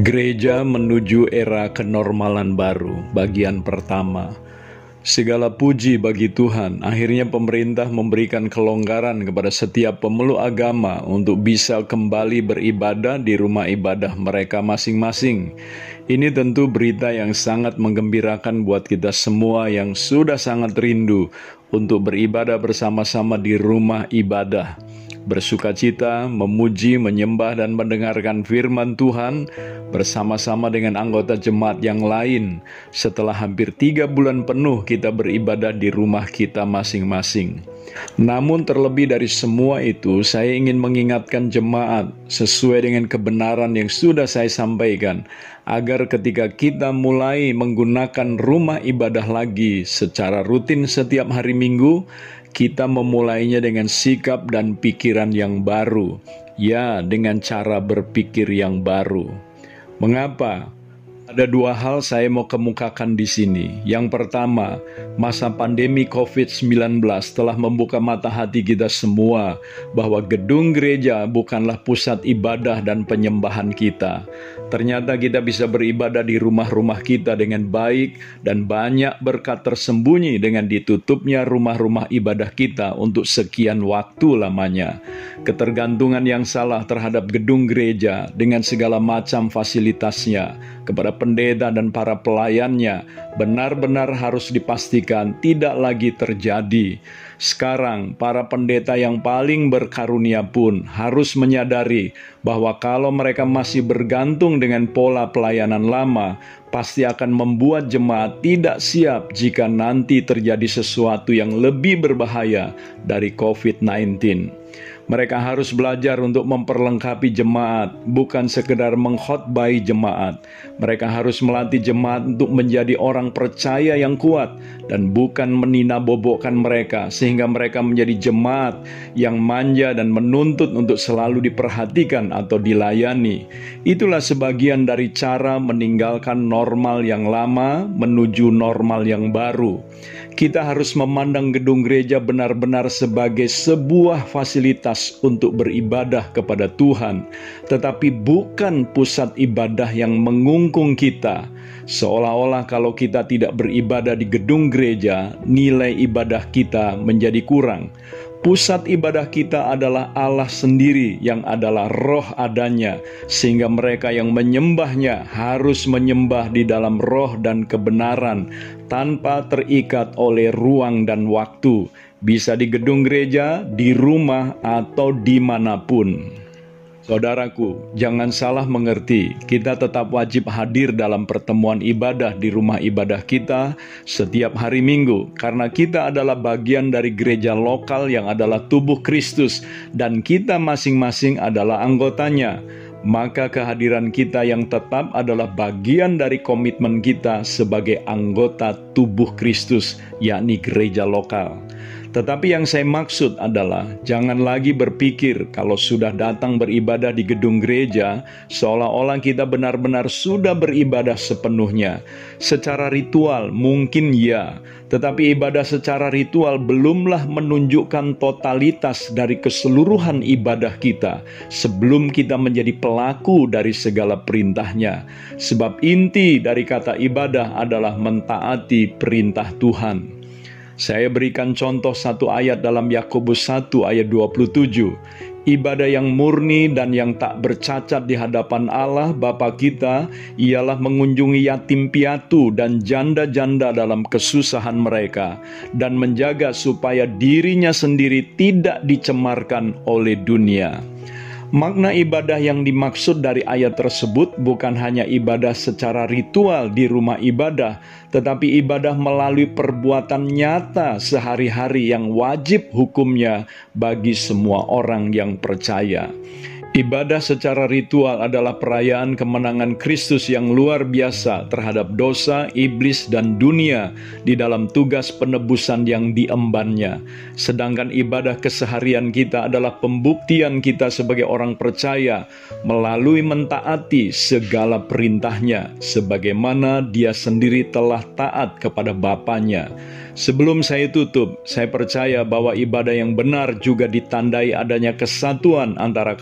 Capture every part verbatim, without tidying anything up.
Gereja menuju era kenormalan baru, bagian pertama. Segala puji bagi Tuhan, akhirnya pemerintah memberikan kelonggaran kepada setiap pemeluk agama untuk bisa kembali beribadah di rumah ibadah mereka masing-masing. Ini tentu berita yang sangat menggembirakan buat kita semua yang sudah sangat rindu untuk beribadah bersama-sama di rumah ibadah. Bersukacita, memuji, menyembah, dan mendengarkan firman Tuhan bersama-sama dengan anggota jemaat yang lain setelah hampir tiga bulan penuh kita beribadah di rumah kita masing-masing. Namun terlebih dari semua itu, saya ingin mengingatkan jemaat sesuai dengan kebenaran yang sudah saya sampaikan, agar ketika kita mulai menggunakan rumah ibadah lagi secara rutin setiap hari Minggu, kita memulainya dengan sikap dan pikiran yang baru, ya, dengan cara berpikir yang baru. Mengapa? Ada dua hal saya mau kemukakan di sini. Yang pertama, masa pandemi covid sembilan belas telah membuka mata hati kita semua bahwa gedung gereja bukanlah pusat ibadah dan penyembahan kita. Ternyata kita bisa beribadah di rumah-rumah kita dengan baik, dan banyak berkat tersembunyi dengan ditutupnya rumah-rumah ibadah kita untuk sekian waktu lamanya. Ketergantungan yang salah terhadap gedung gereja dengan segala macam fasilitasnya kepada pendeta dan para pelayannya benar-benar harus dipastikan tidak lagi terjadi. Sekarang, para pendeta yang paling berkarunia pun harus menyadari bahwa kalau mereka masih bergantung dengan pola pelayanan lama, pasti akan membuat jemaat tidak siap jika nanti terjadi sesuatu yang lebih berbahaya dari covid sembilan belas. Mereka harus belajar untuk memperlengkapi jemaat, bukan sekedar mengkhotbahi jemaat. Mereka harus melatih jemaat untuk menjadi orang percaya yang kuat dan bukan menina-bobokkan mereka, sehingga mereka menjadi jemaat yang manja dan menuntut untuk selalu diperhatikan atau dilayani. Itulah sebagian dari cara meninggalkan normal yang lama menuju normal yang baru. Kita harus memandang gedung gereja benar-benar sebagai sebuah fasilitas untuk beribadah kepada Tuhan, tetapi bukan pusat ibadah yang mengungkung kita. Seolah-olah kalau kita tidak beribadah di gedung gereja, nilai ibadah kita menjadi kurang. Pusat ibadah kita adalah Allah sendiri yang adalah roh adanya, sehingga mereka yang menyembahnya harus menyembah di dalam roh dan kebenaran, tanpa terikat oleh ruang dan waktu. Bisa di gedung gereja, di rumah, atau dimanapun. Saudaraku, jangan salah mengerti, kita tetap wajib hadir dalam pertemuan ibadah di rumah ibadah kita setiap hari Minggu, karena kita adalah bagian dari gereja lokal yang adalah tubuh Kristus, dan kita masing-masing adalah anggotanya. Maka kehadiran kita yang tetap adalah bagian dari komitmen kita sebagai anggota tubuh Kristus, yakni gereja lokal. Tetapi yang saya maksud adalah, jangan lagi berpikir kalau sudah datang beribadah di gedung gereja, seolah-olah kita benar-benar sudah beribadah sepenuhnya. Secara ritual mungkin ya, tetapi ibadah secara ritual belumlah menunjukkan totalitas dari keseluruhan ibadah kita sebelum kita menjadi pelaku dari segala perintahnya. Sebab inti dari kata ibadah adalah mentaati perintah Tuhan. Saya berikan contoh satu ayat dalam Yakobus satu ayat dua puluh tujuh. Ibadah yang murni dan yang tak bercacat di hadapan Allah Bapa kita ialah mengunjungi yatim piatu dan janda-janda dalam kesusahan mereka, dan menjaga supaya dirinya sendiri tidak dicemarkan oleh dunia. Makna ibadah yang dimaksud dari ayat tersebut bukan hanya ibadah secara ritual di rumah ibadah, tetapi ibadah melalui perbuatan nyata sehari-hari yang wajib hukumnya bagi semua orang yang percaya. Ibadah secara ritual adalah perayaan kemenangan Kristus yang luar biasa terhadap dosa, iblis, dan dunia di dalam tugas penebusan yang diembannya. Sedangkan ibadah keseharian kita adalah pembuktian kita sebagai orang percaya melalui mentaati segala perintahnya, sebagaimana Dia sendiri telah taat kepada Bapanya. Sebelum saya tutup, saya percaya bahwa ibadah yang benar juga ditandai adanya kesatuan antara kata-kata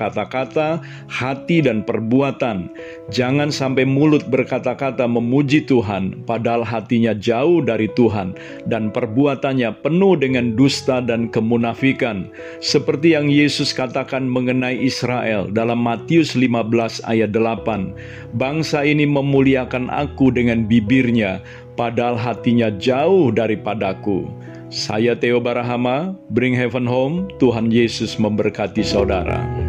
kata-kata, hati, dan perbuatan. Jangan sampai mulut berkata-kata memuji Tuhan, padahal hatinya jauh dari Tuhan, dan perbuatannya penuh dengan dusta dan kemunafikan. Seperti yang Yesus katakan mengenai Israel dalam Matius lima belas ayat delapan. Bangsa ini memuliakan aku dengan bibirnya, padahal hatinya jauh daripadaku. Saya Theo Barahama, Bring Heaven Home. Tuhan Yesus memberkati saudara.